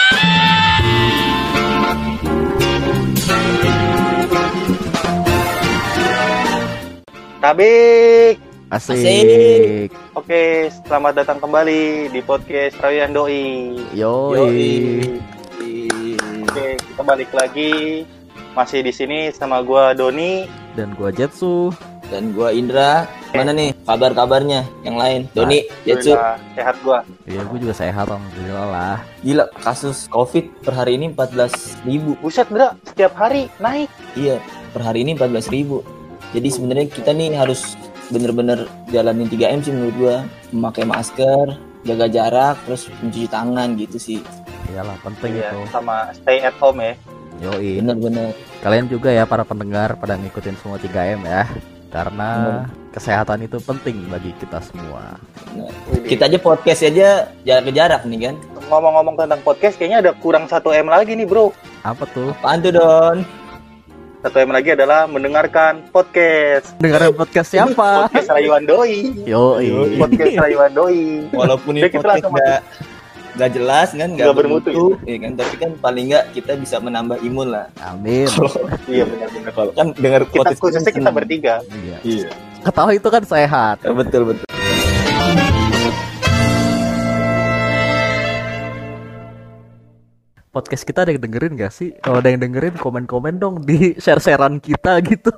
Tabik. Asik. Oke, selamat datang kembali di podcast Rawian Doi. Yoi. Oke, kita balik lagi. Masih di sini sama gua Doni Dan gua Jetsu. Dan gua Indra. Mana nih kabar-kabarnya yang lain? Doni, Jetsu. Sehat gua. Iya, gua juga sehat, alhamdulillah lah. Gila, kasus COVID per hari ini 14.000. Buset, Bro. Setiap hari naik. Iya, per hari ini 14.000. Jadi sebenarnya kita nih harus bener-bener jalanin 3M sih menurut gua. Memakai masker, jaga jarak, terus mencuci tangan gitu sih. Iyalah, penting Iya, itu. sama stay at home ya. Yoi. Bener-bener. Kalian juga ya para pendengar pada ngikutin semua 3M ya. Karena kesehatan itu penting bagi kita semua. Nah, kita aja podcast aja jaga jarak nih kan. Ngomong-ngomong tentang podcast, kayaknya ada kurang 1M lagi nih, Bro. Apa tuh? Apaan tuh, Don? 1M lagi adalah mendengarkan podcast. Dengerin podcast siapa? Podcast Rayuan Doi. Yoi. Podcast Rayuan Doi. Walaupun ini Jadi kita podcast langsung nggak jelas kan, nggak bermutu, ya kan, tapi kan paling nggak kita bisa menambah imun lah. Amin. Iya, benar-benar. Kalau kan dengar Kita podcast khususnya kita bertiga. Iya. Ketawa itu kan sehat. Betul. Podcast kita ada yang dengerin gak sih? Kalau ada yang dengerin, komen-komen dong di share-sharean kita gitu.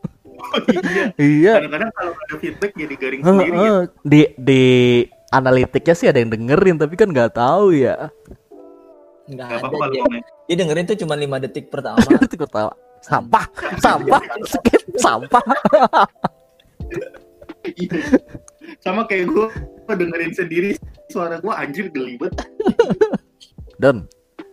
Iya. Kadang-kadang kalau ada feedback jadi garing sendiri ya. Di analitiknya sih ada yang dengerin, tapi kan nggak tahu ya. Nggak Gak apa-apa ada kalau dia. komen. Dia dengerin tuh cuma 5 detik pertama. Itu ketawa. Sampah, skip sampah. Iya. Sama kayak gue dengerin sendiri suara gue anjir gelibet. Don,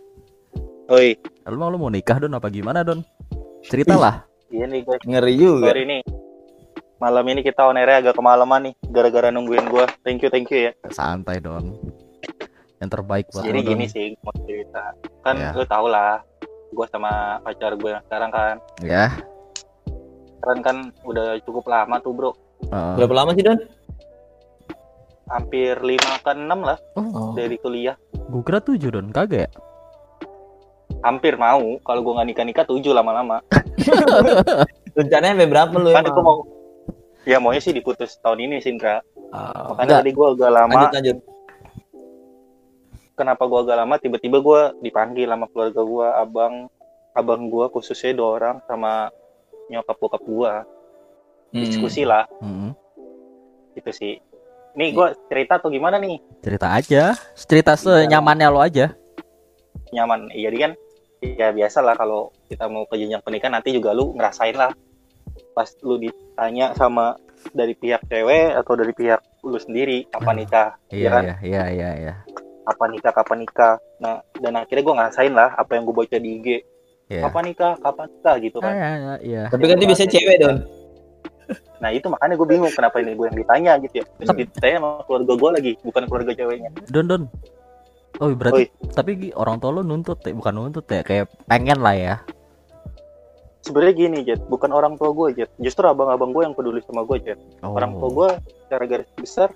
Oi, lu mau nikah Don apa gimana Don? Ceritalah. iya nih guys. Ngeri juga. Sorry nih. Malam ini kita on air-nya agak kemalaman nih, gara-gara nungguin gua. Thank you ya. Santai Don. Yang terbaik buat Jadi lu, Don. gini sih, mau cerita. Kan Ya. lu tau lah, gua sama pacar gue yang sekarang kan. Ya. Kan udah cukup lama tuh bro. Berapa lama sih, Don? Hampir 5 ke 6 lah Oh. dari kuliah. Gua kira 7 Don, kagak ya? Hampir mau, kalau gua nggak nikah-nikah 7 lama-lama. Rencananya sampai berapa lu Kan emang? aku mau, ya maunya sih diputus tahun ini sih Indra. Oh. Makanya tadi gua agak lama. Lanjut. Kenapa gua agak lama? Tiba-tiba gua dipanggil sama keluarga gua, abang gua khususnya 2 orang sama nyokap bokap gua. Diskusi lah, gitu sih. Nih gua cerita tuh gimana nih? Cerita aja. Cerita senyamannya lo aja. Nyaman. Jadi kan ya biasa lah kalau kita mau ke jenjang pernikahan nanti juga lu ngerasain lah. Pas lu ditanya sama dari pihak cewek atau dari pihak lu sendiri kapan nikah, ya kan? Iya. Kapan nikah. Nah, dan akhirnya gua ngerasain lah apa yang gua baca di IG. Iya. Kapan nikah gitu kan. Iya. Tapi kan itu biasanya cewek, Don. Nah itu makanya gue bingung kenapa ini gue yang ditanya gitu ya. Terus ditanya sama keluarga gue lagi, bukan keluarga ceweknya. Don. Oh berarti tapi orang tua lo nuntut ya? Bukan nuntut ya, kayak pengen lah ya. Sebenarnya gini Jet, bukan orang tua gue Jet. Justru abang-abang gue yang peduli sama gue Jet. Orang tua gue secara garis besar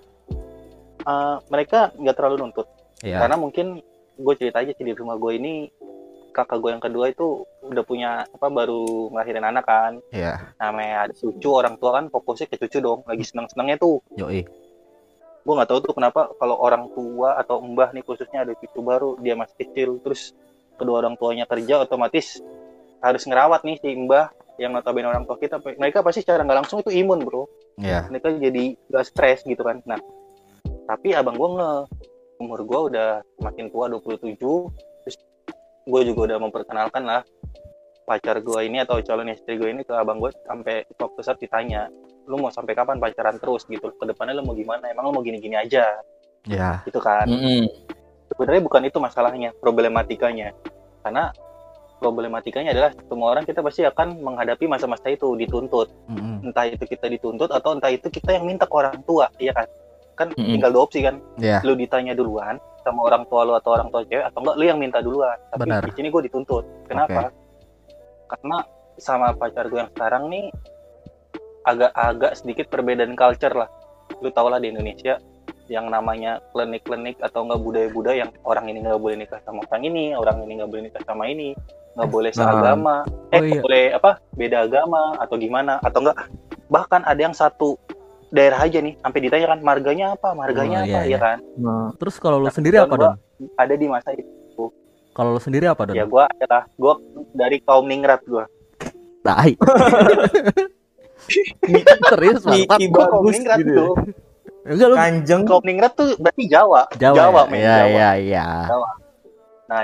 mereka nggak terlalu nuntut. Iya. Karena mungkin gue cerita aja sih di rumah gue ini kakak gue yang kedua itu udah punya baru ngelahirin anak kan. Iya. Namanya ada cucu, orang tua kan fokusnya ke cucu dong, lagi seneng-senengnya tuh. Yoi. Gue nggak tahu tuh kenapa kalau orang tua atau mbah nih khususnya ada cucu baru, dia masih kecil, terus kedua orang tuanya kerja, otomatis harus ngerawat nih si mbah yang notabene orang tua kita. Mereka pasti secara nggak langsung itu imun bro. Iya. Mereka jadi nggak stres gitu kan. Nah tapi abang gue umur gue udah makin tua 27, terus gue juga udah memperkenalkan lah pacar gue ini atau calon istri gue ini ke abang gue. Sampai waktu saat ditanya, lu mau sampai kapan pacaran terus gitu, ke depannya lu mau gimana, emang lu mau gini-gini aja gitu kan. Sebenarnya bukan itu masalahnya, problematikanya. Karena problematikanya adalah semua orang kita pasti akan menghadapi masa-masa itu, dituntut. Entah itu kita dituntut atau entah itu kita yang minta ke orang tua, iya kan tinggal 2 opsi kan. Lu ditanya duluan sama orang tua lu atau orang tua cewek, atau enggak lu yang minta duluan. Tapi Benar. di sini gue dituntut. Kenapa? Karena sama pacar gue yang sekarang nih agak sedikit perbedaan culture lah. Lu tau lah di Indonesia yang namanya klinik-klinik atau enggak budaya-budaya yang orang ini nggak boleh nikah sama orang ini nggak boleh nikah sama ini, nggak boleh seagama, iya. boleh beda agama atau gimana, atau enggak bahkan ada yang satu daerah aja nih sampai ditanya kan marganya apa iya, ya kan. Terus kalau lu sendiri apa, Don? Ada di masa itu. Kalau lu sendiri apa, Don? Ya gue dari kaum ningrat gue. Tai. Serius banget. Gue kaum ningrat gitu ya. tuh. Enggak lu. Kanjeng. Kaum ningrat tuh berarti Jawa Jawa. men, Iya, Jawa. iya. Jawa. Nah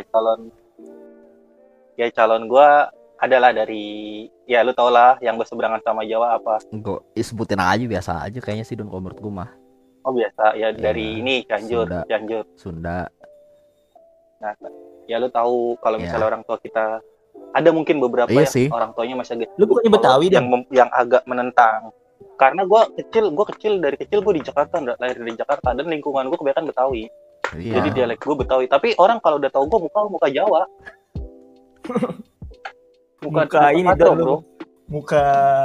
calon gue adalah dari, ya lu tau lah yang berseberangan sama Jawa apa. Enggak, sebutin aja biasa aja kayaknya sih Don kalau menurut gua mah. Oh biasa ya, Iya, dari ini Cianjur. Sunda. Nah ya lu tahu kalau misalnya Iya. orang tua kita ada mungkin beberapa Iya yang sih. orang tuanya masih agak Lu bukannya Betawi yang agak menentang. Karena gue kecil dari kecil gue di Jakarta, lahir di Jakarta, dan lingkungan gue kebanyakan Betawi. Iya. Jadi dialek gue Betawi. Tapi orang kalau udah tahu gue muka Jawa. Muka ini Katro, Don, bro. muka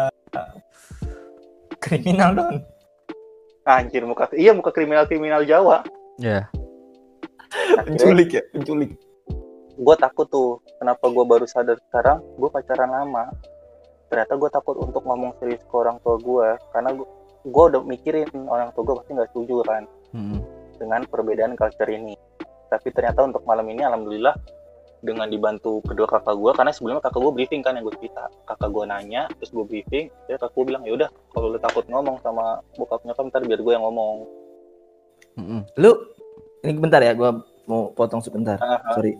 kriminal Don. Anjir muka kriminal Jawa. Iya. Penculik. Gue takut tuh. Kenapa gue baru sadar sekarang? Gue pacaran lama. Ternyata gue takut untuk ngomong serius ke orang tua gue, karena gue udah mikirin orang tua gue pasti nggak setuju kan dengan perbedaan culture ini. Tapi ternyata untuk malam ini alhamdulillah dengan dibantu kedua kakak gue, karena sebelumnya kakak gue briefing kan yang gue cerita. Kakak gue nanya, terus gue briefing, ya kakak gue bilang ya udah kalau lu takut ngomong sama bokapnya kan ntar biar gue yang ngomong. Lu ini bentar ya, gue mau potong sebentar. Sorry.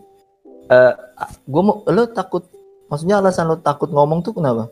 Lu takut, maksudnya alasan lu takut ngomong tuh kenapa?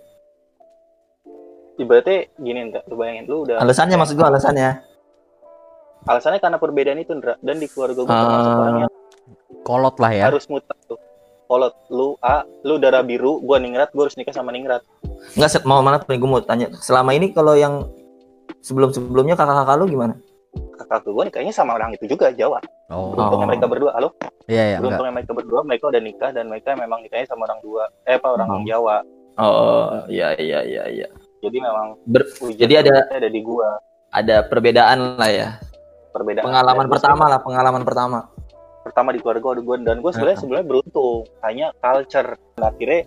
Ibaratnya gini, Ndra, lu bayangin lu udah Alasannya maksud gue alasannya karena perbedaan itu, Ndra. Dan di keluarga gue termasuk orang yang kolot lah ya. harus mutlak tuh. Kolot, lu darah biru, gue ningrat, gue harus nikah sama ningrat. Enggak, mau mana gue mau tanya, selama ini kalau yang sebelumnya kakak-kakak lu gimana? Kakak gue nikahnya sama orang itu juga, Jawa. Beruntungnya mereka berdua, Iya, beruntungnya mereka berdua, mereka udah nikah dan mereka memang nikahnya sama orang Jawa. Oh, iya. Jadi memang jadi ada di gua. Ada perbedaan lah ya. Perbedaan. Pengalaman pertama. Pertama di keluarga gue, dan gue sebenarnya beruntung. Hanya culture. Nah, akhirnya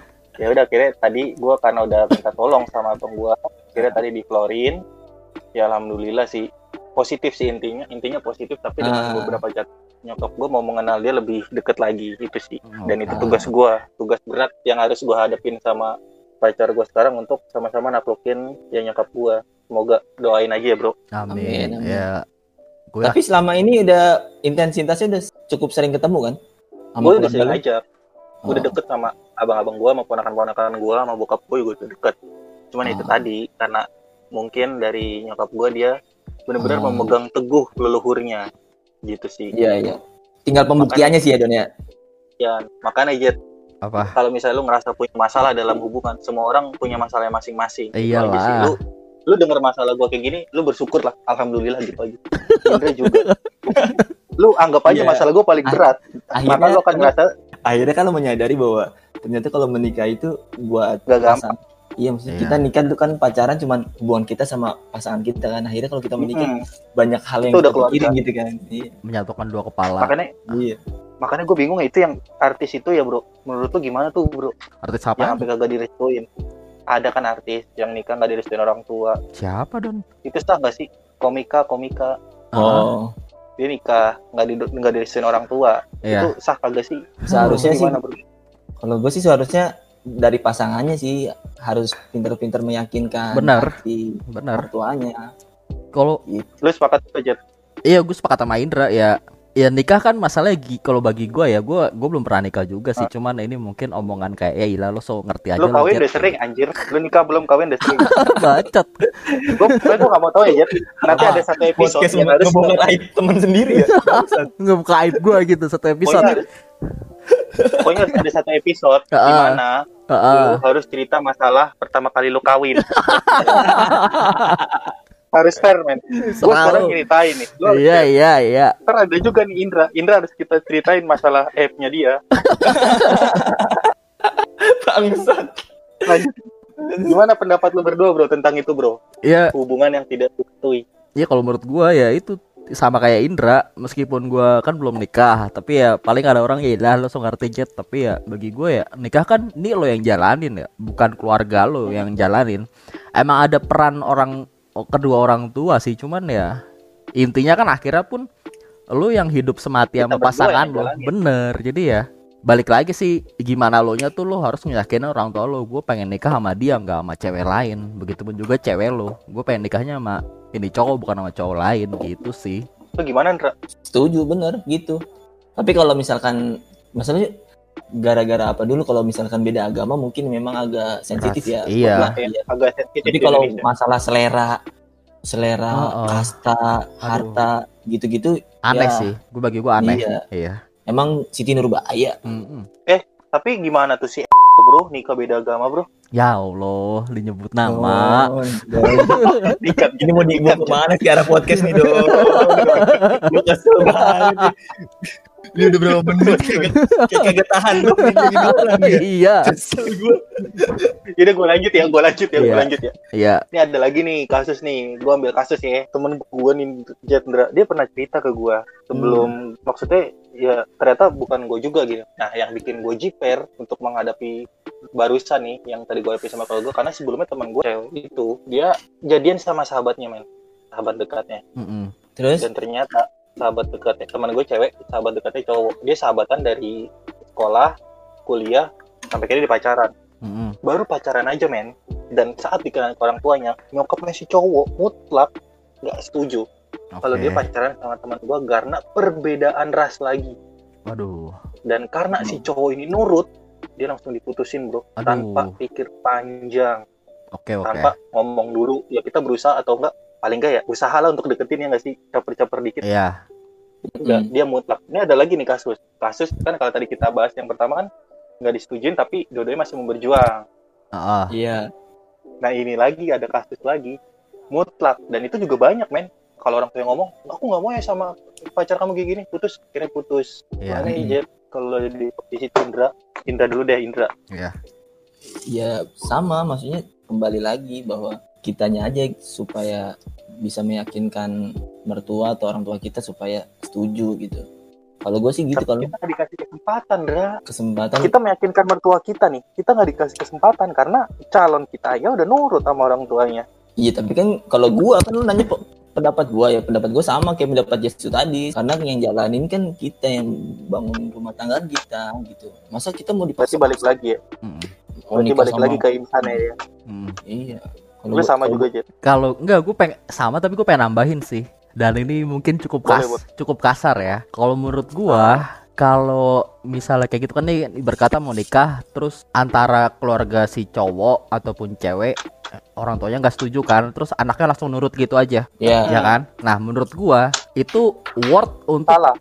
tadi gue karena udah minta tolong sama abang gue, akhirnya tadi diflorin. Ya alhamdulillah sih. Positif sih intinya positif, tapi dengan beberapa nyokap gue mau mengenal dia lebih deket lagi itu sih. Dan itu tugas berat yang harus gue hadapin sama pacar gue sekarang untuk sama-sama naklukin ya nyokap gue. Semoga doain aja ya bro. Amin. Ya. Tapi selama ini udah intensitasnya udah cukup sering ketemu kan? Gue udah sering ajak. Gue udah deket sama abang-abang gue, sama ponakan-ponakan gue, sama bokap gue juga udah deket. Cuman itu tadi karena mungkin dari nyokap gue dia benar-benar memegang teguh leluhurnya gitu sih. Iya. Tinggal pembuktiannya sih ya Don ya. Ya makanya Jet. Apa? Kalau misalnya lu ngerasa punya masalah dalam hubungan, semua orang punya masalahnya masing-masing. Iyalah. Lu denger masalah gue kayak gini, lu bersyukur lah, alhamdulillah gitu aja. Indra juga. Lu anggap aja masalah gue paling berat. Maka lu akan ngerasa. Akhirnya kan lu menyadari bahwa ternyata kalau menikah itu buat gak gampang. Iya, maksudnya kita nikah tuh kan pacaran cuman hubungan kita sama pasangan kita kan. Akhirnya kalau kita menikah banyak hal yang kita pikirin gitu kan. Iya. Menyatukan dua kepala. Makanya gue bingung itu yang artis itu ya bro. Menurut lu gimana tuh bro? Artis apa? Yang sampai kagak direstuin. Ada kan artis yang nikah nggak direstuin orang tua. Siapa Don? Itu sah nggak sih? Komika. Oh. Dia nikah nggak direstuin orang tua. Iya. Itu sah kagak sih? Seharusnya sih. Gimana, bro? Kalau gue sih seharusnya dari pasangannya sih harus pintar-pintar meyakinkan. Benar. Tuanya. Kalau lu sepakat aja? Iya, gue sepakat sama Indra ya. Ya nikah kan masalahnya kalau bagi gue ya, gue belum pernah nikah juga sih. Cuman ini mungkin omongan kayak ya ilah lo so ngerti aja. Lu kawin udah sering anjir. Lu nikah belum kawin udah sering. Bacot. Gue nggak mau tahu ya Jet. Nanti ada satu episode yang harus ngebongkar aib teman sendiri ya. Nggak buka aib gue gitu satu episode. Pokoknya harus ada satu episode di mana lu harus cerita masalah pertama kali lu kawin. Harus fair men. Gue sekarang ceritain nih. Iya. Ntar ada juga nih Indra harus kita ceritain masalah app-nya dia. Bangsat. Lanjut. Gimana pendapat lu berdua bro tentang itu bro? Iya. Hubungan yang tidak diketahui. Iya kalau menurut gue ya itu sama kayak Indra, meskipun gua kan belum nikah, tapi ya paling ada orang ya lah lo so ngerti Jet, tapi ya bagi gue ya nikah kan ini lo yang jalanin ya, bukan keluarga lo yang jalanin. Emang ada peran kedua orang tua sih, cuman ya intinya kan akhirnya pun lo yang hidup semati sama Kita berdua pasangan yang lo, jalanin. bener. Jadi ya balik lagi sih gimana lo nya tuh, lo harus ngeyakinin orang tua lo, gue pengen nikah sama dia nggak sama cewek lain. Begitupun juga cewek lo, gue pengen nikahnya sama ini cowok bukan sama cowok lain gitu sih. Itu gimana, Ndra? Setuju, bener gitu. Tapi kalau misalkan masalahnya gara-gara apa dulu, kalau misalkan beda agama mungkin memang agak sensitif ya. Iya. Lah, ya, agak sensitif Tapi di kalau Indonesia. masalah selera Oh. kasta, harta gitu-gitu Aneh ya, sih, bagi gue aneh. Iya. Iya. Emang Siti Nurbaya. Mm-mm. Tapi gimana tuh si bro, nikah beda agama, bro? Ya Allah, dinyebut nama. Oh, Nikah ini mau dibawa kemana sih arah podcast nih dong? Gue kesel banget nih. Ini udah berapa menit kayak kagak tahan gue jadi orang ya. Iya. Kesel gue. Jadi gue lanjut ya. Iya. Iya. Ini ada lagi nih kasus nih. Gue ambil kasus ya. Temen gue nih, Jendra, dia pernah cerita ke gue sebelum, maksudnya ya ternyata bukan gue juga gitu. Nah, yang bikin gue jiper untuk menghadapi barusan nih yang tadi gue episode sama kalau gue, karena sebelumnya temen gue cewek itu dia jadian sama sahabatnya, men, sahabat dekatnya. Mm-mm. Terus Dan ternyata sahabat dekatnya, teman gue cewek, sahabat dekatnya cowok. Dia sahabatan dari sekolah, kuliah, sampai kini di pacaran. Mm-mm. Baru pacaran aja, men. Dan saat dikenal ke orang tuanya, nyokapnya si cowok mutlak nggak setuju kalau dia pacaran sama teman gue karena perbedaan ras lagi. Waduh. Dan karena si cowok ini nurut, dia langsung diputusin, bro. Aduh. Tanpa pikir panjang, Oke. tanpa ngomong dulu, ya kita berusaha atau enggak, paling enggak ya usaha lah untuk deketin, ya nggak sih, caper-caper dikit. Iya. Enggak, dia mutlak. Ini ada lagi nih kasus kan, kalau tadi kita bahas yang pertama kan nggak disetujuin tapi dua-duanya masih mau berjuang. Heeh. iya. Nah ini lagi ada kasus lagi mutlak, dan itu juga banyak, men. Kalau orang tua yang ngomong, aku nggak mau ya sama pacar kamu kayak gini, putus, kira putus. Iya. Mana Jet? Kalau di posisi Indra dulu deh, Indra. Iya. Ya sama, maksudnya kembali lagi bahwa kitanya aja supaya bisa meyakinkan mertua atau orang tua kita supaya setuju gitu. Kalau gue sih gitu, Tapi kalau kita nggak dikasih kesempatan, Dra. kesempatan Kita meyakinkan mertua kita nih, kita nggak dikasih kesempatan karena calon kita aja udah nurut sama orang tuanya. iya, tapi kan kalau gue kan lu nanya pendapat gue ya, pendapat gue sama kayak pendapat Jesu tadi, karena yang jalanin kan kita, yang bangun rumah tangga kita gitu. Masa kita mau Berarti dipaksa balik lagi ya. Mm-mm. Berarti balik lagi ke insannya ya. Mm. Iya. Gue sama juga, Jet. Kalau enggak, gue pengen sama tapi gue pengen nambahin sih. Dan ini mungkin Boleh. cukup kasar ya. Kalau menurut gua, kalau misalnya kayak gitu kan nih, berkata mau nikah, terus antara keluarga si cowok ataupun cewek, orang tuanya nggak setuju kan, terus anaknya langsung nurut gitu aja, ya. ya kan? Nah, menurut gua itu Salah.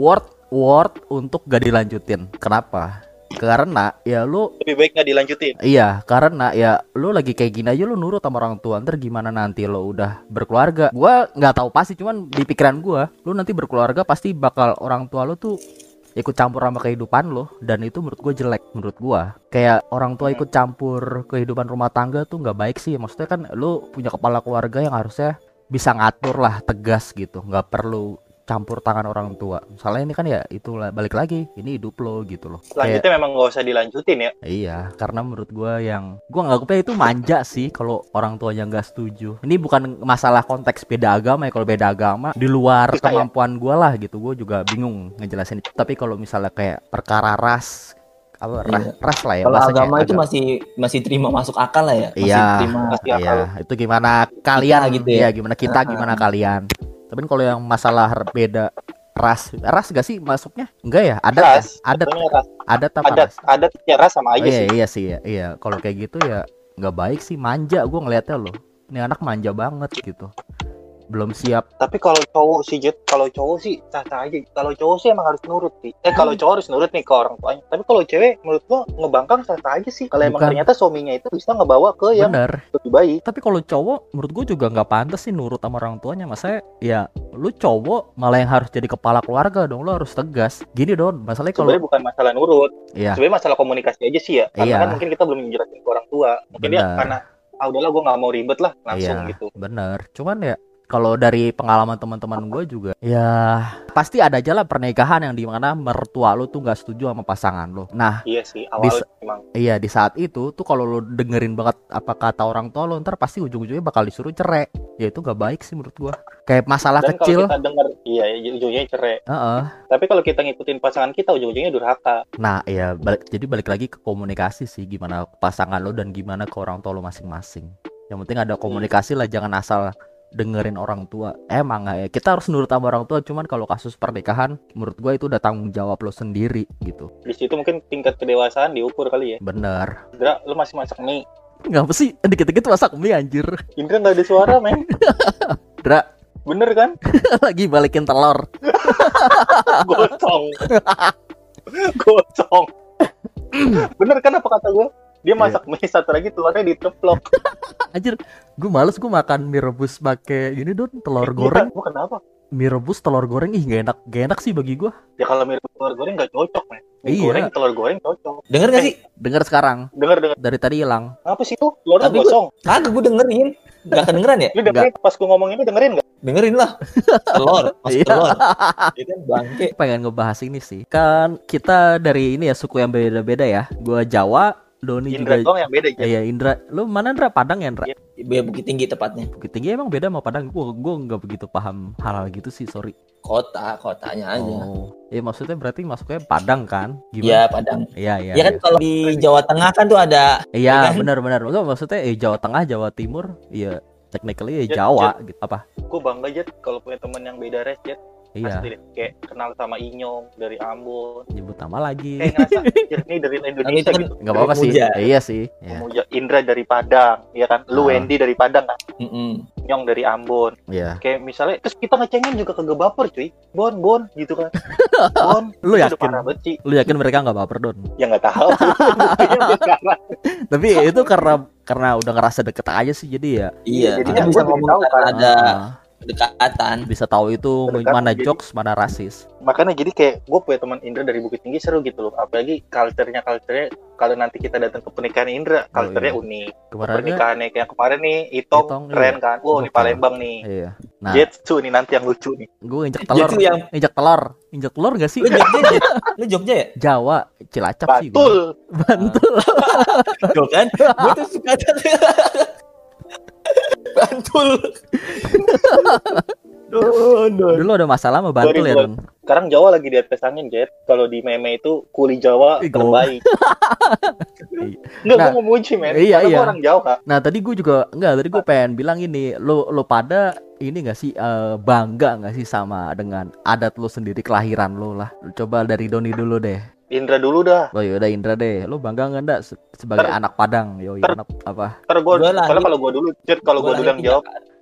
worth untuk gak dilanjutin. Kenapa? Karena ya lu Lebih baik nggak dilanjutin. iya, karena ya lu lagi kayak gini aja lu nurut sama orang tua, ntar gimana nanti lo udah berkeluarga. Gua nggak tahu pasti, cuman di pikiran gua, lu nanti berkeluarga pasti bakal orang tua lu tuh ikut campur sama kehidupan lo, dan itu menurut gua jelek. Menurut gua kayak orang tua ikut campur kehidupan rumah tangga tuh nggak baik sih. Maksudnya kan lu punya kepala keluarga yang harusnya bisa ngatur lah, tegas gitu, nggak perlu campur tangan orang tua. Soalnya ini kan ya itulah, balik lagi, ini hidup lo gitu loh. Kayak, Selanjutnya memang nggak usah dilanjutin ya. iya, karena menurut gua nganggapnya itu manja sih kalau orang tuanya nggak setuju. Ini bukan masalah konteks beda agama ya. Kalau beda agama di luar Susah ya? kemampuan gua lah gitu, gua juga bingung ngejelasin. Tapi kalau misalnya kayak perkara ras, apa Iya. ras lah ya Kalau bahasanya, agama itu agama. masih terima masuk akal lah ya. Masih Iya, terima. Pasti iya, akal. itu gimana kalian Kita gitu ya. Iya, gimana kita, gimana kalian. Tapi kalau yang masalah beda ras gak sih masuknya? Enggak ya? Ras. Adat Sebetulnya ras. adat apa Adat, ras? adat ya ras sama Oh, aja iya, sih. iya sih ya. Iya, kalau kayak gitu ya nggak baik sih, manja gue ngelihatnya loh. Ini anak manja banget gitu. Belum siap. Tapi kalau cowok sih, Jet, kalau cowok sih sah-sah aja. Kalau cowok sih emang harus nurut sih. Kalau cowok harus nurut nih ke orang tuanya. Tapi kalau cewek menurut gua ngebangkang sah-sah aja sih. Kalau emang Bukan. ternyata suaminya itu bisa ngebawa ke yang Bener. lebih baik. Tapi kalau cowok menurut gue juga nggak pantas sih nurut sama orang tuanya. Maksudnya ya lu cowok malah yang harus jadi kepala keluarga dong. Lu harus tegas. Gini dong, masalahnya kalau Sebenarnya bukan masalah nurut. iya, Sebenarnya masalah komunikasi aja sih ya. Karena Iya. kan mungkin kita belum menjelaskan ke orang tua. Mungkin dia Benar. karena udahlah gua nggak mau ribet lah langsung Iya. gitu. bener. Cuman ya Kalau dari pengalaman teman-teman gue juga, ya pasti ada aja lah pernikahan yang dimana mertua lu tuh nggak setuju sama pasangan lu. Nah, Iya sih, di, awalnya emang. iya di saat itu tuh kalau lu dengerin banget apa kata orang tua lu, ntar pasti ujung-ujungnya bakal disuruh cerai. Ya itu nggak baik sih menurut gue. Kayak masalah Dan kecil. kalau kita denger, iya ujungnya cerai. Heeh. Tapi kalau kita ngikutin pasangan kita, ujung-ujungnya durhaka. Nah, ya jadi balik lagi ke komunikasi sih, gimana pasangan lo dan gimana ke orang tua lo masing-masing. Yang penting ada komunikasi lah, jangan asal dengerin orang tua. Emang nggak ya, kita harus nurut sama orang tua, cuman kalau kasus pernikahan menurut gue itu udah tanggung jawab lo sendiri gitu. Di situ mungkin tingkat kedewasaan diukur kali ya. Bener. Indra, lu masih masak mie. Ngapa sih dikit-dikit masak mie anjir. Indra nggak ada suara, men. Dra, Bener kan? lagi balikin telur. Gosong. Gosong. Bener kan apa kata gue? Dia masak mie, satu lagi telurnya diteplok. Anjir, gue males gue makan mie rebus pakai ini Don, telur goreng. Gue kenapa? Mie rebus telur goreng ih gak enak sih bagi gue. Ya kalau mie rebus telur goreng nggak cocok, men. Mie Iya. goreng telur goreng cocok. Denger gak sih? Dengar sekarang, Denger. dari tadi hilang. Apa sih tuh? Telurnya Tapi gosong. Kagak gue dengerin. Gak kedengeran ya? Lu dengerin pas gue ngomong ini dengerin nggak? Dengerin lah. Telur, masuk Iya. telur. Itu kan bangke. Pengen ngebahas ini sih. Kan kita dari ini ya suku yang beda-beda ya. Gua Jawa, Doni Indra juga. doang yang beda aja. Iya Indra. Lu mana Indra? Padang ya Indra? Iya. Bukit Tinggi tepatnya. Bukit Tinggi emang beda sama Padang. Gua nggak begitu paham hal-hal gitu sih, sorry. Kotanya aja. Oh. Ya maksudnya berarti masuknya Padang kan? Iya, Gimana? Padang. Iya. Ya kan kalau di Jawa Tengah kan tuh ada Iya, kan? benar-benar. Enggak maksudnya Jawa Tengah, Jawa Timur, iya technically Jet, Jawa gitu. Apa? Gue bangga Jet kalau punya teman yang beda res Jet. Iya, Pasti deh. Kayak kenal sama Inyong dari Ambon. nyebut nama lagi. Kayak ngerasa Jet nih dari Indonesia itu kan gitu. Enggak apa-apa sih. Muja. Iya sih. Iya. Memuja Indra dari Padang, ya kan? Lu Ah. Wendy dari Padang kan? Mm-mm. Nyong dari Ambon. Iya. Kayak misalnya terus kita ngecengin juga kagak baper cuy. Bon gitu kan. Bon. Lu itu udah yakin? parah banget sih. Lu yakin mereka nggak baper Don? Ya nggak tahu. Buktinya sekarang. Tapi itu karena udah ngerasa deket aja sih, jadi ya Iya, jadinya kita bisa gua jadi ngomong tahu karena kan. ada ah, kedekatan. bisa tahu itu Terdekat, mana jadi- jokes mana rasis. Makanya jadi kayak gue punya teman Indra dari Bukit Tinggi seru gitu loh. Apalagi culture-nya kalau nanti kita datang ke pernikahan Indra, culture-nya iya. unik. Kemarin aja, Pernikahannya kayak kemarin nih, Itong Itong, keren iya. kan. Wow, di Gokil. Palembang nih. iya. Nah, Jetsu nih nanti yang lucu nih. gue injek telur, Itu yang injek telur gak sih? lu Jogja ya? Lu Jogja ya? Jawa, Cilacap sih. Gua. Batul. Bantul. Tuh kan? Gue tuh suka Bantul. Dulu ada masalah sama Bantul ya, Don. Sekarang Jawa lagi di atas angin, Jet. Kalau di meme itu kuli Jawa Ih, terbaik. Enggak, Nah, gue mau muji, men. iya, Karena iya. gua orang Jawa. Nah, tadi gue juga tadi gue pengen bilang ini, lo pada ini gak sih bangga gak sih sama dengan adat lo sendiri, kelahiran lo lah. Coba dari Doni dulu deh. Indra dulu dah. Oh yaudah Indra deh, lo bangga nggak ndak sebagai anak Padang? Yoi, anak apa? Ntar gue, Gua lahir- soalnya kalau gue dulu, Jet, kalau gue dulu yang jawab,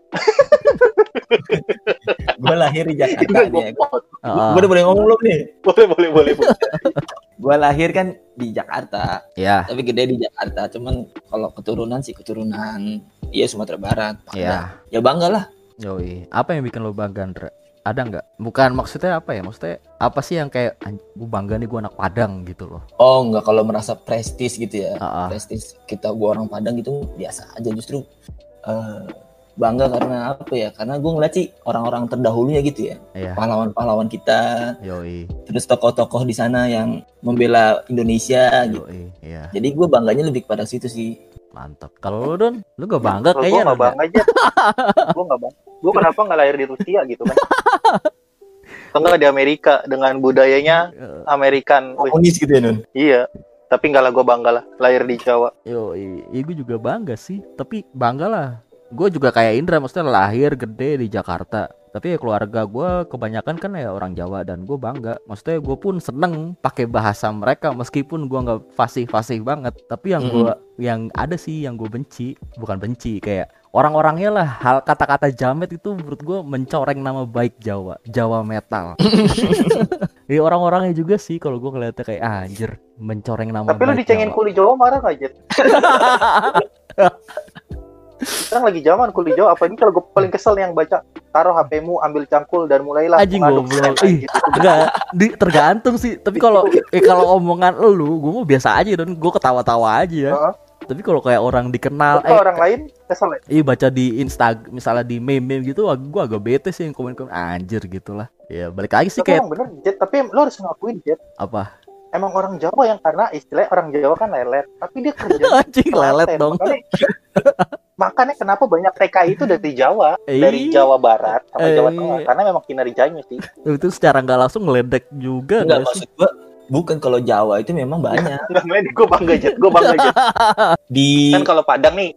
Gue lahir di Jakarta Indra nih. gue Ya. pot. Ah, Gue udah boleh ngomong belum nih? Boleh. Gue lahir kan di Jakarta, ya, tapi gede di Jakarta. Cuman kalau keturunan iya Sumatera Barat. Padang. ya, Ya bangga lah. yoi. Apa yang bikin lo bangga, Indra? Ada nggak? Bukan maksudnya apa ya? Maksudnya apa sih yang kayak gue bangga nih gue anak Padang gitu loh? Oh enggak, kalau merasa prestis gitu ya. Ah, ah. Prestis kita gue orang Padang gitu biasa aja, justru bangga karena apa ya? Karena gue ngeliat sih orang-orang terdahulunya gitu ya. Iya, Pahlawan-pahlawan kita, yoi, terus tokoh-tokoh di sana yang membela Indonesia gitu. yoi, iya, Jadi gue bangganya lebih kepada situ sih. mantap. Kalau lo Don, lo gak bangga Kalau gue kayaknya? nggak Don, ya? bangga aja. Gue nggak bangga. Gue kenapa nggak lahir di Rusia gitu kan? Atau nggak di Amerika dengan budayanya Amerikan. Wih, Komunis gitu ya Nun. iya. Tapi nggak lah, gue bangga lah lahir di Jawa. Yoi, gue juga bangga sih. Tapi bangga lah. Gue juga kayak Indra, maksudnya lahir gede di Jakarta. Tapi ya keluarga gue kebanyakan kan ya orang Jawa dan gue bangga. Maksudnya gue pun seneng pakai bahasa mereka meskipun gue nggak fasih-fasih banget. Tapi yang ada sih yang gue benci, bukan benci kayak orang-orangnya lah. Hal kata-kata jamet itu menurut gue mencoreng nama baik Jawa, Jawa metal. Ya orang-orangnya juga sih kalau gue ngeliatnya kayak anjir mencoreng nama Tapi lu baik dicengin Jawa. kuli Jawa marah nggak, Jet? Sekarang lagi zaman kuli Jawa. Apa ini kalau gue paling kesel nih yang baca, taruh HP-mu, ambil cangkul dan mulailah Anjing mengaduk goblok. sen, Ih, gitu. enggak, tergantung sih. Tapi kalau kalau omongan lu, gue mau biasa aja dan gue ketawa-tawa aja ya. Heeh. Tapi kalau kayak orang dikenal, Kalau orang lain kesel ya. iya baca di Instagram, misalnya di meme gitu, gua agak bete sih yang komen-komen anjir gitulah. Ya balik lagi sih Tapi kayak emang bener Jet, tapi lo harus ngakuin Jet. apa? Emang orang Jawa yang karena istilah orang Jawa kan lelet, tapi dia kerja Anjing lelet telaten. dong. Makanya kenapa banyak TKI itu dari Jawa, Eh. dari Jawa Barat sama Jawa Eh. Tengah, karena memang kinerjanya sih. Itu secara nggak langsung ngeledek juga Enggak, nggak sih? maksud gua bukan kalau Jawa itu memang banyak. Namanya gue bangga Jet, gue bangga Jet. Di Kan kalau Padang nih,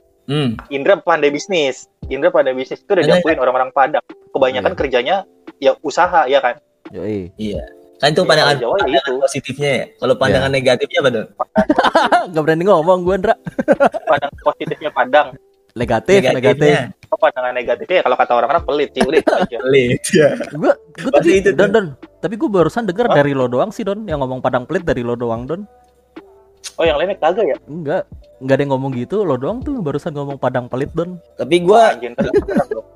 Indra pandai bisnis. Indra pandai bisnis itu udah diakuin orang-orang Padang. Kebanyakan Iya. kerjanya ya usaha ya kan. Yoi. iya. Kan itu Iya, pandangan, Jawa ya pandangan itu. positifnya ya. Kalau pandangan negatifnya apa dong? Nggak berani ngomong gue Ndra. Padang positifnya Padang. Negatif. Oh, pandangan negatifnya ya kalau kata orang-orang pelit sih udah itu aja. Pelit ya. Gue Pasti tadi itu tuh. Don. Tapi gue barusan denger Hah? dari lo doang sih Don, yang ngomong Padang pelit dari lo doang Don. Oh yang lainnya kagak ya? Enggak ada yang ngomong gitu, lo doang tuh barusan ngomong Padang pelit Don. Tapi gua Anjing, Padang dong.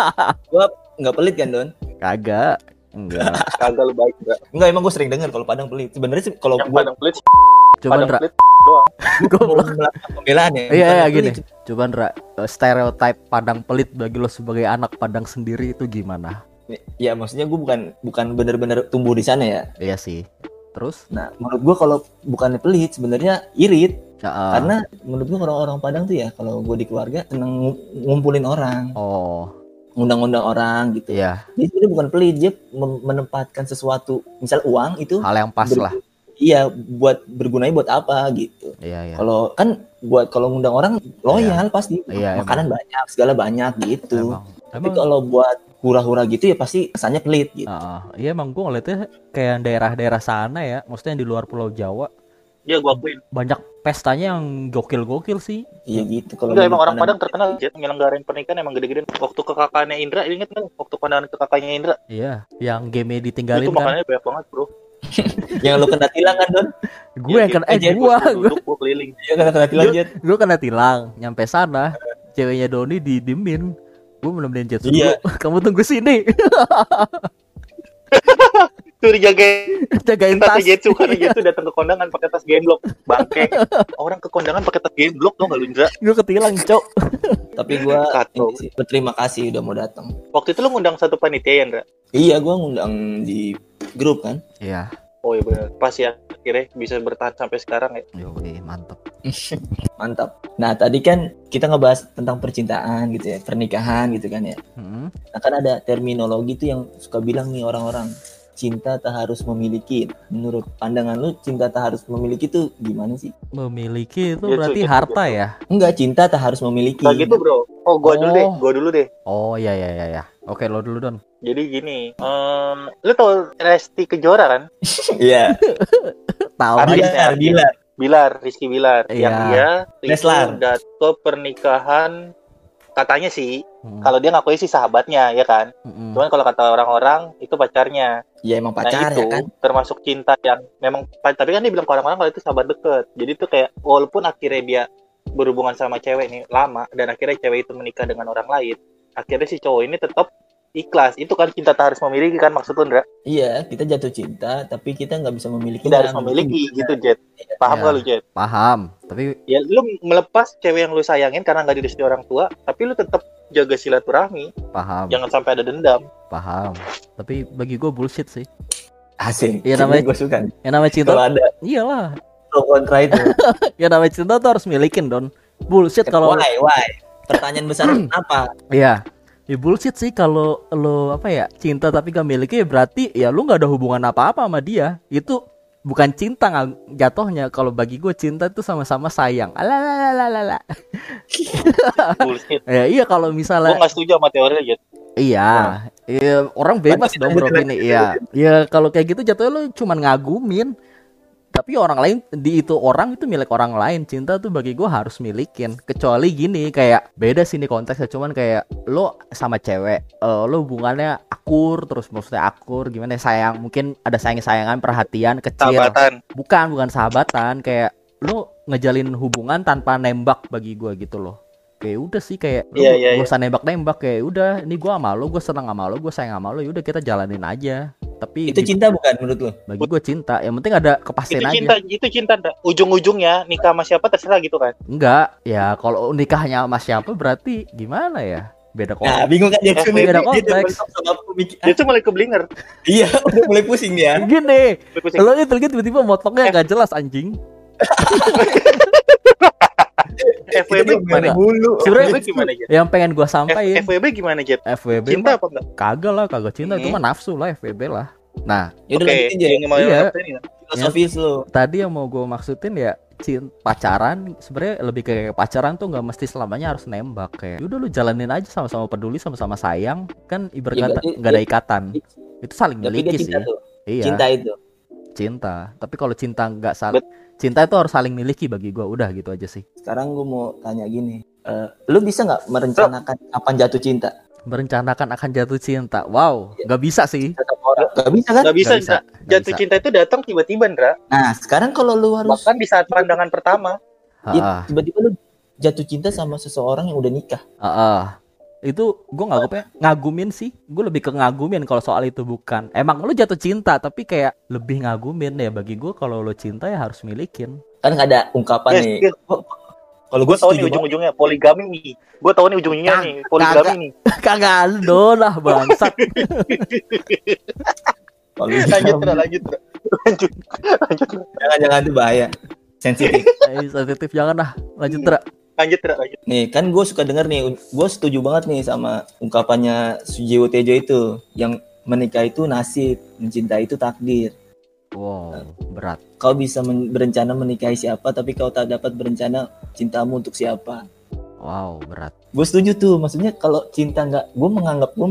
nggak pelit kan, Don? Kagak. Enggak. Kagak lu baik enggak. Enggak, emang gua sering dengar kalau Padang pelit. Sebenarnya sih kalau Yang gua Padang pelit, Coba Padang Ndra. pelit. Goblok. melakukan pembelaan ya. Iya Padang gini. pelit. Coba Ndra, stereotype Padang pelit bagi lo sebagai anak Padang sendiri itu gimana? Ya maksudnya gua bukan benar-benar tumbuh di sana ya. Iya sih. Terus? Nah, menurut gua kalau bukannya pelit sebenarnya irit. Ya, Karena menurut gua orang-orang Padang tuh ya kalau gua di keluarga seneng ngumpulin orang, oh, ngundang-undang orang gitu. iya, Dia sebenarnya bukan pelit, dia menempatkan sesuatu, misal uang itu hal yang pas lah. iya buat bergunanya buat apa gitu. Iya. Kalau kan kalau ngundang orang loyal pasti, Iya, makanan banyak, segala banyak gitu. Tapi Emang kalau buat hura-hura gitu ya pasti kesannya pelit gitu. iya emang gue ngeliatnya kayak daerah-daerah sana ya, maksudnya yang di luar Pulau Jawa Ya gua akuin. banyak pestanya yang gokil-gokil sih. Iya gitu. Kalau Enggak, emang orang Padang- Padang terkenal Jet nyelenggarain pernikahan emang gede-gedean. Waktu ke kakaknya Indra, inget kan? Waktu kondangan ke kakaknya Indra, Iya, yang game ditinggalin itu kan. makanannya banyak banget bro. yang lu kena tilang kan, Don? Gue yang kena Gua duduk, gua keliling. Iya kena tilang Jet. gue kena tilang, nyampe sana ceweknya Doni didiemin. Gue nemenin Jet dulu. Iya. Kamu tunggu sini. Tuh dijagain Jagain tas tas. Jetsu karena Jetsu datang ke kondangan pakai tas gemblok. Bangke. Orang ke kondangan pakai tas gemblok tuh enggak lu Indra? Gue ketilang, Cok. Tapi gua Kacau. ini sih, berterima kasih udah mau datang. Waktu itu lu ngundang satu panitia ya, Indra? Iya, gua ngundang di grup kan. Iya. Oh iya benar. Pas ya akhirnya bisa bertahan sampai sekarang ya. Yoi, mantep. Mantap. Nah, tadi kan kita ngebahas tentang percintaan gitu ya, pernikahan gitu kan ya. Mm-mm. Nah, kan ada terminologi tuh yang suka bilang nih orang-orang, cinta tak harus memiliki. Menurut pandangan lu, cinta tak harus memiliki tuh gimana sih? Memiliki itu Iya, berarti Cok, harta ya? Enggak, cinta tak harus memiliki. Nah gitu bro. Oh gua dulu deh. Oh iya. Oke, lo dulu Don. Jadi gini, lu tau Resti Kejora kan? Iya. Tahu. Artisnya. Bilar. Rizky Bilar. Iya. Yang dia itu Leslar. dato pernikahan katanya sih. Mm. Kalau dia ngakuin sih sahabatnya ya kan. Mm-mm. Cuman kalau kata orang-orang itu pacarnya. Ya emang Nah pacar itu ya kan. termasuk cinta yang memang tapi kan dia bilang ke orang-orang kalau itu sahabat deket. Jadi tuh kayak walaupun akhirnya dia berhubungan sama cewek nih lama dan akhirnya cewek itu menikah dengan orang lain, akhirnya si cowok ini tetap ikhlas. Itu kan cinta tak harus memiliki kan maksud lu, Ndra? Iya, kita jatuh cinta tapi kita nggak bisa memiliki. Tidak harus memiliki gitu, Jet. Paham Iya. gak lu, Jet? Paham. Tapi Ya lu melepas cewek yang lu sayangin karena nggak direstui orang tua, tapi lu tetap jaga silaturahmi. paham. Jangan sampai ada dendam. Paham. Tapi bagi gue bullshit sih. Asik. Iya, namanya- gue suka. Yang namanya cinta, Kalau ada iyalah. pro kontra itu. Yang namanya cinta tuh harus milikin Don. Bullshit kalau Why? Pertanyaan besar apa? iya. Ya bullshit sih kalau lo apa ya cinta tapi gak miliki ya berarti ya lu nggak ada hubungan apa-apa sama dia. Itu bukan cinta jatuhnya. Kalau bagi gue cinta itu sama-sama sayang. Alalalala. Bullshit. Ya iya kalau Gua misalnya nggak setuju sama teorinya, Jet. iya, iya orang bebas dong bro gini. Iya. Ya kalau kayak gitu jatuhnya lu cuman ngagumin. Tapi orang lain itu orang itu milik orang lain. Cinta tuh bagi gue harus milikin. Kecuali gini kayak beda sih nih konteksnya. Cuman kayak lo sama cewek, lo hubungannya akur terus maksudnya akur gimana ya, sayang mungkin ada sayangan perhatian kecil. Sahabatan. Bukan sahabatan kayak lo ngejalin hubungan tanpa nembak bagi gue gitu loh. Kayak udah sih kayak lo Iya, iya, gak usah nembak kayak udah ini gue sama lo, gue seneng sama lo, gue sayang sama lo, yaudah kita jalanin aja. Tapi Itu cinta bukan menurut lo? bagi gue cinta. Yang penting ada kepastian aja. Itu cinta. Nda. Ujung-ujungnya nikah sama siapa terserah gitu kan. Enggak, ya kalau nikahnya sama siapa berarti gimana ya? Beda Nah, konteks. bingung kan Jackson beda Dia konteks. mentok sama pemikir. Dia tuh mulai keblinger. Iya, udah mulai pusing dia. Gini, Mulai pusing. lo itu tiba-tiba motongnya gak jelas anjing. FWB gimana? Mulu. Sebenarnya FWB gimana Jet? yang pengen gua sampaikan FWB gimana Jet? FWB Cinta mah apa enggak? kagak lah, kagak cinta itu mah nafsu lah FWB lah. Nah, Ya udah Oke, lanjutin aja. yang mau Iya. ngapain ya? Filosofis lo. tadi yang mau gua maksudin ya pacaran sebenarnya lebih kayak pacaran tuh nggak mesti selamanya harus nembak, kayak udah lu jalanin aja, sama-sama peduli, sama-sama sayang, kan ibarat Ya, kata berarti nggak ada dia- ikatan, itu saling Tapi dia miliki sih. cinta tuh. Iya, Cinta itu. cinta. Tapi kalau cinta nggak saling, cinta itu harus saling miliki bagi gua, udah gitu aja sih. Sekarang gue mau tanya gini. Lu bisa nggak merencanakan kapan jatuh cinta? Merencanakan akan jatuh cinta, wow, nggak bisa sih. Tetap orang nggak bisa kan? Nggak bisa, Nggak bisa, Ndra. nggak Jatuh bisa. cinta itu datang tiba-tiba, Ndra. Nah, sekarang kalau lu harus Bahkan di saat pandangan pertama. Ah, tiba-tiba lu jatuh cinta sama seseorang yang udah nikah. itu gue ngagumin sih, gue lebih ke ngagumin kalau soal itu. Bukan emang lu jatuh cinta, tapi kayak lebih ngagumin ya. Bagi gue kalau lu cinta ya harus milikin. Kan nggak ada ungkapan Yes, nih. yes. Kalau Gue gue tahu nih setuju banget. ujung-ujungnya poligami nih. Gue tahu nih ujung-ujungnya nih poligami nih. Kagak ada lah bangsat. Poligami. Lanjut, Ndra, lanjut, Ndra. Lanjut, Ndra. Jangan tuh bahaya. Sensitif. Sensitif, jangan lah. Lanjut Tra. Lanjut, Ndra, lanjut. Nih kan gue suka denger nih, gue setuju banget nih sama ungkapannya Sujiwo Tejo itu, yang menikah itu nasib, mencintai itu takdir. Wow, berat. Kau bisa berencana menikahi siapa, tapi kau tak dapat berencana cintamu untuk siapa. Wow, berat. Gue setuju tuh, maksudnya kalau cinta nggak, gue menganggap gue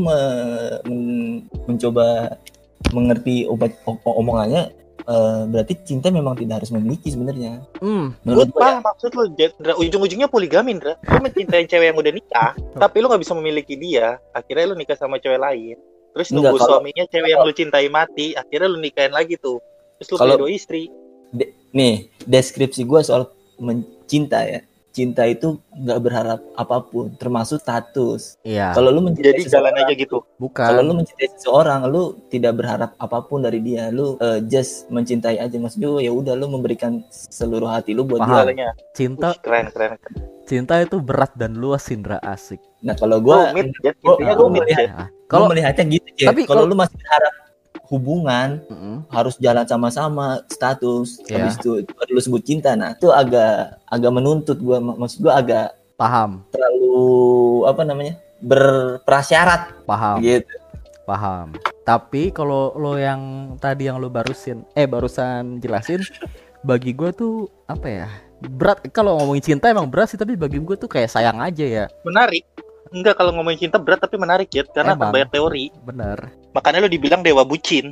mencoba mengerti omongannya, berarti cinta memang tidak harus memiliki sebenarnya. Menurut gue Lupa maksud lu, Jet, Ndra. Ujung-ujungnya poligami, Ndra. Lu mencintai cewek yang udah nikah, tapi lu gak bisa memiliki dia. Akhirnya lu nikah sama cewek lain. Terus Enggak, nunggu kalau- suaminya cewek yang lu cintai mati, akhirnya lu nikahin lagi tuh. Terus lu Kalau- punya 2 istri. nih deskripsi gue soal mencinta ya, cinta itu nggak berharap apapun, termasuk status. Iya. Kalau lu mencintai Jadi jalan seseorang, aja gitu. kalau lu Bukan. mencintai seseorang, lu tidak berharap apapun dari dia, lu just mencintai aja. Maksudnya ya udah, lu memberikan seluruh hati lu buat Paham. dia. Jalannya. Cinta, Keren. cinta itu berat dan luas, Indra, asik. Nah kalau gue, Rumit, Jet. gua- Intinya gua rumit, melihat- Jet. Ya. kalau Kalau melihatnya gitu ya, tapi kalau kalau- lu masih berharap hubungan Mm-mm. harus jalan sama-sama, status, Iya. habis itu baru lu sebut cinta. Nah itu agak menuntut gue, maksud gue agak paham, terlalu apa namanya, berprasyarat paham. gitu. Paham. Tapi kalau lo yang tadi yang lo barusan jelasin, bagi gue tuh apa ya? Berat. Kalau ngomongin cinta emang berat sih, tapi bagi gue tuh kayak sayang aja ya. Menarik. Enggak, kalau ngomongin cinta berat tapi menarik, Jet. Karena Emang. banyak teori. Bener. Makanya lu dibilang dewa bucin.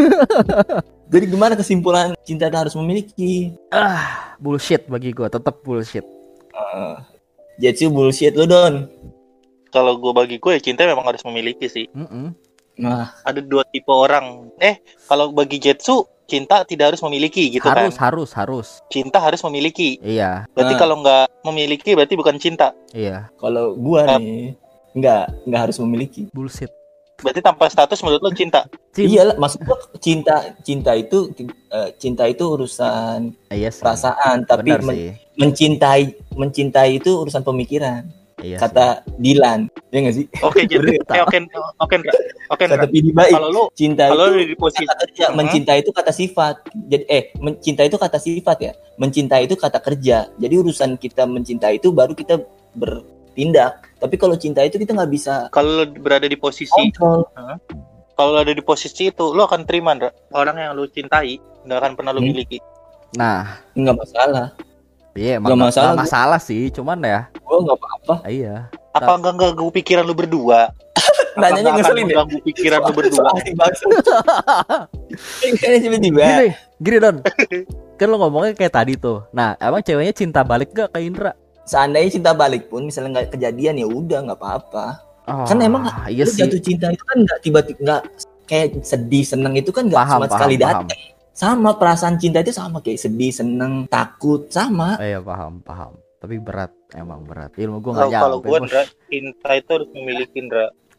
Jadi gimana kesimpulan cinta itu harus memiliki? Bullshit bagi gue, tetap bullshit. Jetsu bullshit lu Don. Kalau bagi gue ya cinta memang harus memiliki sih. Mm-mm. Nah, Ada 2 tipe orang. Kalau bagi Jetsu cinta tidak harus memiliki gitu Harus, kan. harus. Cinta harus memiliki. Iya, Berarti Nah. kalau nggak memiliki berarti bukan cinta. iya. kalau gua nih nggak harus memiliki. Bullshit. Berarti tanpa status menurut lo cinta. Iyalah, maksud gua cinta itu urusan Iya sih. perasaan, tapi Benar sih. mencintai itu urusan pemikiran. Iya sih. Kata Dilan, ya nggak sih? Oke, jadi oke, Ndra. Kata Pidi Baik, Kalau lu cinta kalau itu lu di posisi kata kerja, mencinta itu kata sifat. Jadi mencinta itu kata sifat ya. Mencintai itu kata kerja. Jadi urusan kita mencintai itu baru kita bertindak. Tapi kalau cinta itu kita nggak bisa kalau lu berada di posisi kontrol. kalau lu ada di posisi itu lu akan terima, Ndra. Orang yang lu cintai nggak akan pernah lu miliki. Nah, Nggak masalah. iya Nggak emang masalah, nggak masalah sih, cuman ya, Gue nggak apa-apa. iya. Apa enggak ganggu pikiran lu berdua? Nanyanya ngeselin ya. Ganggu pikiran lu berdua. Asik banget. Kayaknya tiba-tiba. Gini Don, kan lo ngomongnya kayak tadi tuh. Nah, emang ceweknya cinta balik gak ke Indra? Seandainya cinta balik pun, misalnya nggak kejadian ya udah nggak apa-apa. Oh, Kan emang iya lu sih. jatuh cinta itu kan nggak tiba-tiba, nggak kayak sedih seneng itu kan nggak Paham, cuma paham, sekali paham. datang. Sama perasaan cinta itu sama kayak sedih, seneng, takut, sama. Iya paham. Tapi berat, emang berat. Ilmu gue nggak Kalau nyampe. gue, Bos. Ndra, cinta itu harus memiliki, Ndra.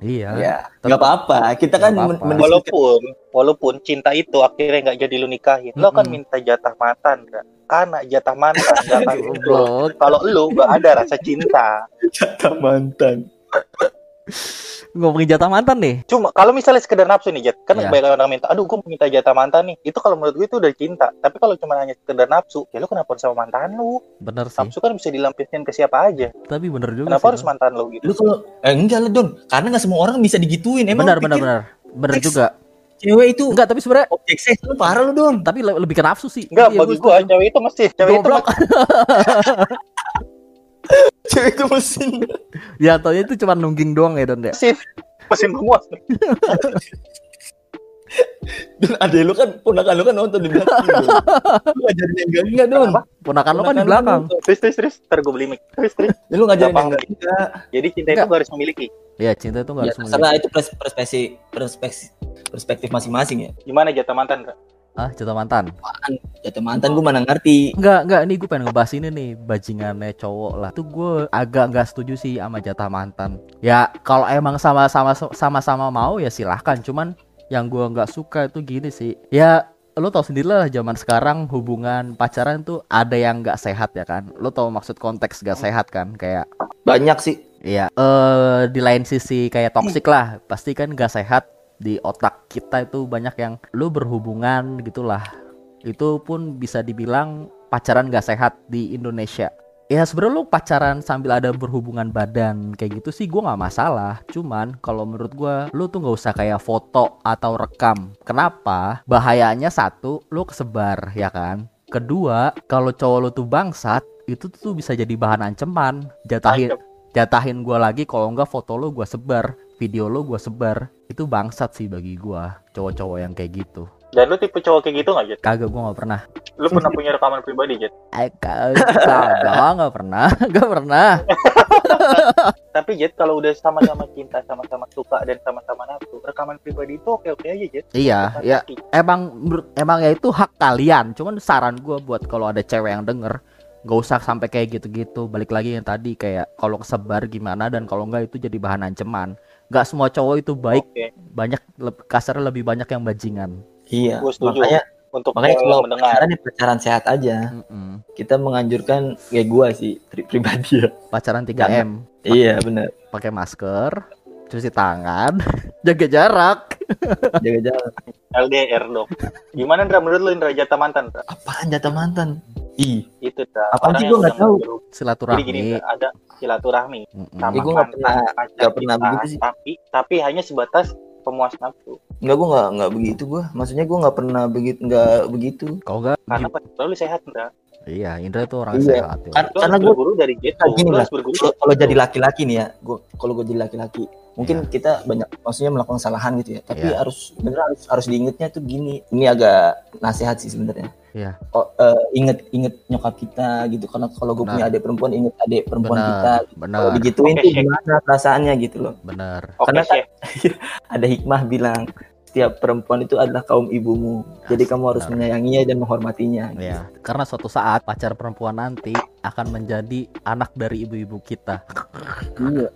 Iya. Ya, nggak apa-apa. Kita kan Nggak apa-apa. Walaupun cinta itu akhirnya nggak jadi lu nikahin, lo kan minta jatah mantan, nggak? Karena jatah mantan nggak akan muncul Goblok. kalau lu nggak ada rasa cinta. Jatah mantan. Ngomongin jatah mantan nih. Cuma kalau misalnya sekedar nafsu nih, Jet, kan Iya. banyak orang minta, aduh gue minta jatah mantan nih. Itu kalau menurut gue itu udah cinta. Tapi kalau cuma hanya sekedar nafsu, ya lu kenapa harus sama mantan lu? Bener sih. Nafsu kan bisa dilampiaskan ke siapa aja. Tapi bener juga Kenapa sih. harus mantan lu gitu? Lu kalau enggak lah Don, karena nggak semua orang bisa digituin. Emang Bener lu bener pikir bener. Bener seks juga. cewek itu Enggak, tapi sebenarnya objek seks, lu parah lu Don. tapi lebih ke nafsu sih. Enggak, Iya, bagi gua gue setuju. cewek itu mesti Goblok. Cewek itu mesin. Ya taunya itu cuma nungging doang ya Don ya. mesin pemuas. Don, adek lu kan ponakan lu kan nonton di belakang. Don. Lu ngajarin yang enggak Don. Apa? Ponakan lo kan di Ponakan belakang. lu nonton. Terus, ntar gue beli mic. Terus. Ya, lu ngajarin Nggak yang paham. enggak. Jadi cinta Enggak. itu gak harus memiliki. Ya cinta itu nggak Ya, harus terserah memiliki. itu perspektif masing-masing ya. Gimana jatah mantan, Kak? Ah, jatah mantan. Jatah mantan gue mana ngerti. Enggak, ini gue pengen ngebahas ini nih, bajingannya cowok lah. Tuh gue agak nggak setuju sih sama jatah mantan. Ya kalau emang sama-sama mau ya silahkan. Cuman yang gue nggak suka itu gini sih. Ya lo tau sendiri lah zaman sekarang hubungan pacaran tuh ada yang nggak sehat ya kan. Lo tau maksud konteks gak sehat kan? Kayak Banyak sih. iya, di lain sisi kayak toksik lah. Pasti kan gak sehat di otak kita itu banyak yang lu berhubungan gitulah. Itu pun bisa dibilang pacaran gak sehat di Indonesia. Ya sebenarnya lu pacaran sambil ada berhubungan badan kayak gitu sih gue nggak masalah. Cuman kalau menurut gue lu tuh nggak usah kayak foto atau rekam. Kenapa? Bahayanya satu, lu kesebar ya kan. Kedua, kalau cowok lu tuh bangsat, itu tuh bisa jadi bahan ancaman. Jatahin gue lagi kalau enggak foto lu gue sebar, video lu gue sebar. Itu bangsat sih bagi gue, cowok-cowok yang kayak gitu. Dan lu tipe cowok kayak gitu gak, Jet? Kagak, gue nggak pernah. Lu pernah punya rekaman pribadi, Jet? Kagak, nggak pernah. Tapi Jet, kalau udah sama-sama cinta, sama-sama suka, dan sama-sama nafsu, rekaman pribadi itu oke-oke aja, Jet. Iya, Bukan ya sakit. emang ya itu hak kalian. Cuman saran gue buat kalau ada cewek yang denger, gak usah sampai kayak gitu-gitu. Balik lagi yang tadi kayak kalau kesebar gimana dan kalau enggak itu jadi bahan ancaman. Gak semua cowok itu baik, Oke, banyak kasarnya lebih banyak yang bajingan. Iya. gue setuju. Makanya Untuk kalau cewek yang mendengar. pacaran ya pacaran sehat aja. Mm-mm. Kita menganjurkan kayak gua sih pribadi ya. Pacaran 3M, Iya benar. pakai masker, cuci tangan, jaga jarak. Jaga jarak. LDR dong. Gimana, Ndra? Menurut lu, Ndra, jatah mantan, Ndra? Apaan jatah mantan? Ih, Itu, Ndra. Apaan Orang sih? yang Gua nggak udah tahu. Jadi gini, Silaturahmi. Ndra, ada silaturahmi Mm-mm. sama Ya, gua nggak mantan pacar nggak pernah kita, begitu sih. tapi hanya sebatas pemuas nafsu. enggak, gua nggak begitu gua. Maksudnya gua nggak pernah begitu. Kalau enggak, Karena selalu sehat, Ndra. iya Indra tuh orang Iya. sehat. Ya. Lu Karena harus gua berguru dari Jet. Nah, gini Lu lah. harus berguru. Kalau jadi laki-laki nih ya, kalau gue jadi laki-laki, mungkin kita banyak maksudnya melakukan kesalahan gitu ya. Tapi Iya. harus diingetnya tuh gini. Ini agak nasihat sih sebenarnya. Iya. Inget inget nyokap kita gitu. Karena kalau gue Benar. punya adik perempuan, inget adik perempuan kita. Benar, Kalau digituin Oke, tuh Syek. gimana perasaannya gitu loh. benar. Oke, karena kan- Syek. Ada hikmah bilang setiap perempuan itu adalah kaum ibumu. Jadi kamu harus Benar. menyayanginya dan menghormatinya. Ya, karena suatu saat pacar perempuan nanti akan menjadi anak dari ibu-ibu kita. Iya.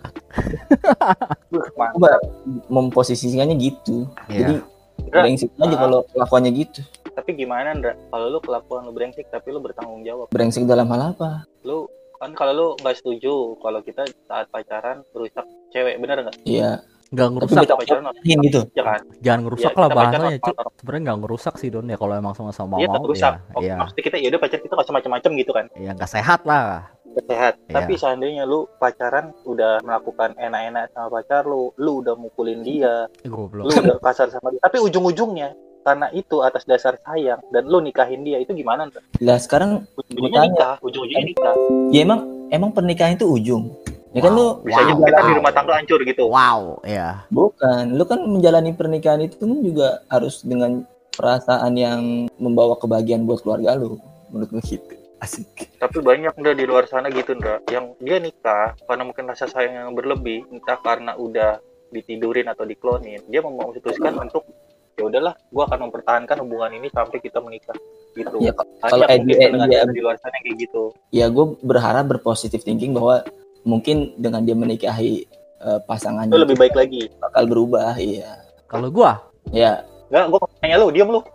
Mantap. Coba memposisikannya gitu. Iya. Jadi Ndra, brengsek aja kalau kelakuannya gitu. tapi gimana, Ndra? Kalau lu kelakuan lu brengsek tapi lu bertanggung jawab. Brengsek dalam hal apa? Lu kan kalau lu nggak setuju kalau kita saat pacaran merusak cewek, bener nggak? Iya. Nggak Tapi ngerusak, kita pacaran pacaran gitu. ya kan? jangan ngerusak Ya, lah kita pacaran bahasanya, Cuk. sama- Sebenarnya nggak ngerusak sih Don ya kalau emang sama-sama Iya, mau. tetap rusak. Ya, iya. Maksudnya kita ya udah pacar kita nggak usah macam-macam gitu kan? Ya nggak sehat lah. Sehat. Iya. Tapi seandainya lu pacaran udah melakukan enak-enak sama pacar lu udah mukulin dia, Goblok. lu udah kasar sama dia. Tapi ujung-ujungnya karena itu atas dasar sayang dan lu nikahin dia, itu gimana, Ndra? Lah sekarang Ujung-ujungnya nikah, ujung-ujungnya nikah. ya emang pernikahan itu ujung. Ya kan lu Bisa aja kita di rumah tangga hancur gitu. Wow, ya. bukan, lu kan menjalani pernikahan itu kan juga harus dengan perasaan yang membawa kebahagiaan buat keluarga lu. Menurut gue gitu. Asik. Tapi banyak udah di luar sana gitu, Ndra, yang dia nikah karena mungkin rasa sayang yang berlebih, entah karena udah ditidurin atau diklonin, dia memutuskan untuk ya udahlah, gua akan mempertahankan hubungan ini sampai kita menikah gitu. Ya, Kalau di- di luar sana kayak gitu. Ya gue berharap berpositif thinking bahwa mungkin dengan dia menikahi pasangannya Itu lebih itu baik lagi. bakal berubah. Iya. Kalau gua Ya, Enggak, gue nanya lu, diam lu.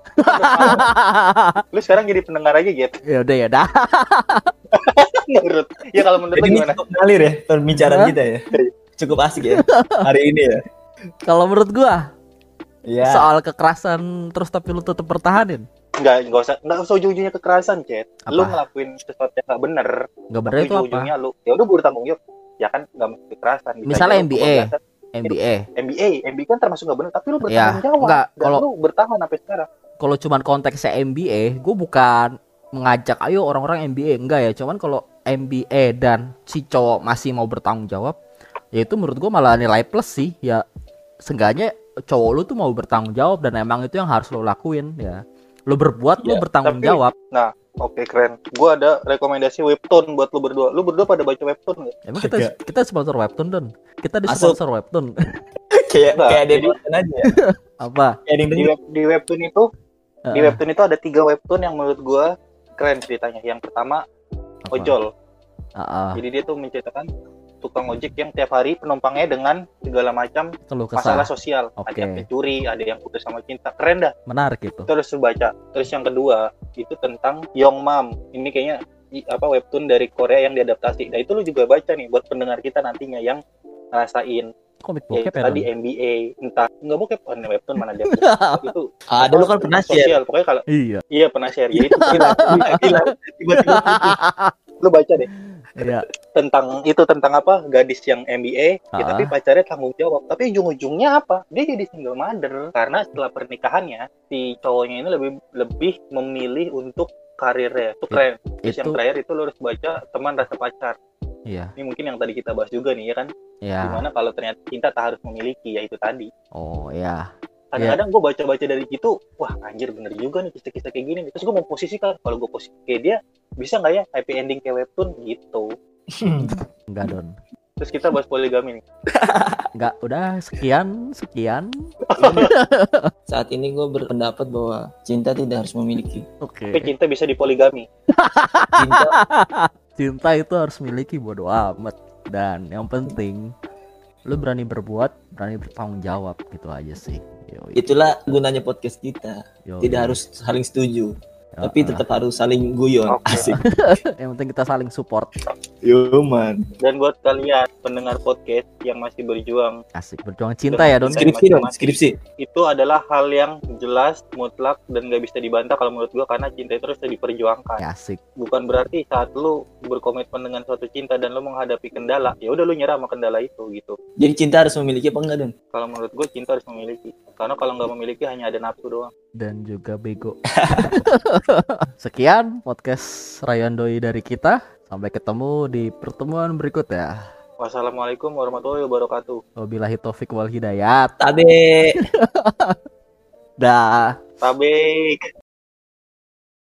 Lu sekarang jadi pendengar aja, Jet. ya udah ya dah. Menurut. Ya kalau menurut lu jadi ini gimana? cukup ngalir ya pembicaraan Hah? kita ya. Cukup asik ya hari ini ya. Kalau menurut gua Iya. soal kekerasan terus tapi lu tetap pertahanin. Enggak usah ujung-ujungnya kekerasan, Jet. Lu Apa? ngelakuin sesuatu yang enggak bener. Enggak bener Tapi itu apa? ujung-ujungnya lu, ya udah bertanggung jawab. Ya kan enggak mesti kekerasan. Bisa Misalnya aja lu MBA. kebablasan. MBA. kan termasuk enggak bener, tapi lu Ya, bertanggung jawab. enggak, Dan kalau- lu bertahan sampai sekarang. Kalau cuman konteksnya MBA, gue bukan mengajak ayo orang-orang MBA, enggak ya. Cuman kalau MBA dan si cowok masih mau bertanggung jawab, ya itu menurut gue malah nilai plus sih. Ya seenggaknya cowok lu tuh mau bertanggung jawab dan emang itu yang harus lo lakuin ya. Lo berbuat, lo Ya, bertanggung tapi- jawab. Oke, keren. Gua ada rekomendasi webtoon buat lu berdua. Lu berdua pada baca webtoon enggak? Emang Agak. kita sponsor webtoon Don. Kita di Masuk. sponsor webtoon. kayak Enggak, kayak ada jadi- yang nonton aja ya. Apa? Kayak ada yang Di, denger. di webtoon itu di Heeh. webtoon itu ada 3 webtoon yang menurut gua keren ceritanya. Yang pertama Apa? ojol. Heeh. Jadi dia tuh menceritakan tukang ojek yang tiap hari penumpangnya dengan segala macam Keluh masalah kesah. sosial. Oke. Ada yang pencuri, ada yang putus sama cinta. Keren dah. Menarik itu. Terus lu baca. Terus yang kedua itu tentang Young Mom. Ini kayaknya webtoon dari Korea yang diadaptasi. Nah itu lu juga baca nih buat pendengar kita nantinya yang ngerasain Komik ya, bokep ya. tadi Don? MBA, entah nggak bokep, webtoon mana dia itu Ah, dulu kan pernah share. sosial. Pokoknya kalau Iya. pernah share. Jadi itu tiba-tiba lu baca deh Iya. tentang apa gadis yang MBA ya, Ah. tapi pacarnya tanggung jawab, tapi ujung-ujungnya apa, dia jadi single mother karena setelah pernikahannya si cowoknya ini lebih memilih untuk karirnya. Itu keren. Terus yang Itu terakhir itu lu harus baca Teman Rasa Pacar. iya. Ini mungkin yang tadi kita bahas juga nih ya kan, Iya. gimana kalau ternyata cinta tak harus memiliki, ya itu tadi. Oh, iya. Kadang-kadang gue baca-baca dari gitu, wah anjir bener juga nih kisah-kisah kayak gini. Terus gue mau posisikan, kalau gue posisi kayak dia, bisa nggak ya happy ending kayak webtoon gitu. Enggak, Don. Terus kita bahas poligami nih. Enggak, udah sekian. Saat ini gue berpendapat bahwa cinta tidak harus memiliki. Tapi Oke. cinta bisa dipoligami. Cinta Cinta itu harus miliki, bodo amat. Dan yang penting lu berani berbuat, berani bertanggung jawab, gitu aja sih. Yoi. itulah gunanya podcast kita. Yoi. Tidak harus saling setuju, Ya, tapi tetap harus saling guyon. Oke. Asik. yang penting kita saling support. Yo man. Dan buat kalian pendengar podcast yang masih berjuang, Asik, berjuang cinta ya, Don. Skripsi dong, skripsi. itu adalah hal yang jelas, mutlak, dan gak bisa dibantah kalau menurut gue, karena cinta itu harus diperjuangkan. Ya, asik. Bukan berarti saat lu berkomitmen dengan suatu cinta dan lu menghadapi kendala, ya udah lu nyerah sama kendala itu gitu. Jadi cinta harus memiliki apa enggak, Don? Kalau menurut gue cinta harus memiliki, karena kalau nggak memiliki hanya ada nafsu doang. Dan juga bego. Sekian podcast Ryan Doi dari kita. Sampai ketemu di pertemuan berikutnya. Wassalamualaikum warahmatullahi wabarakatuh. Wabillahi taufik wal hidayat. Tabe. Dah. Tabik.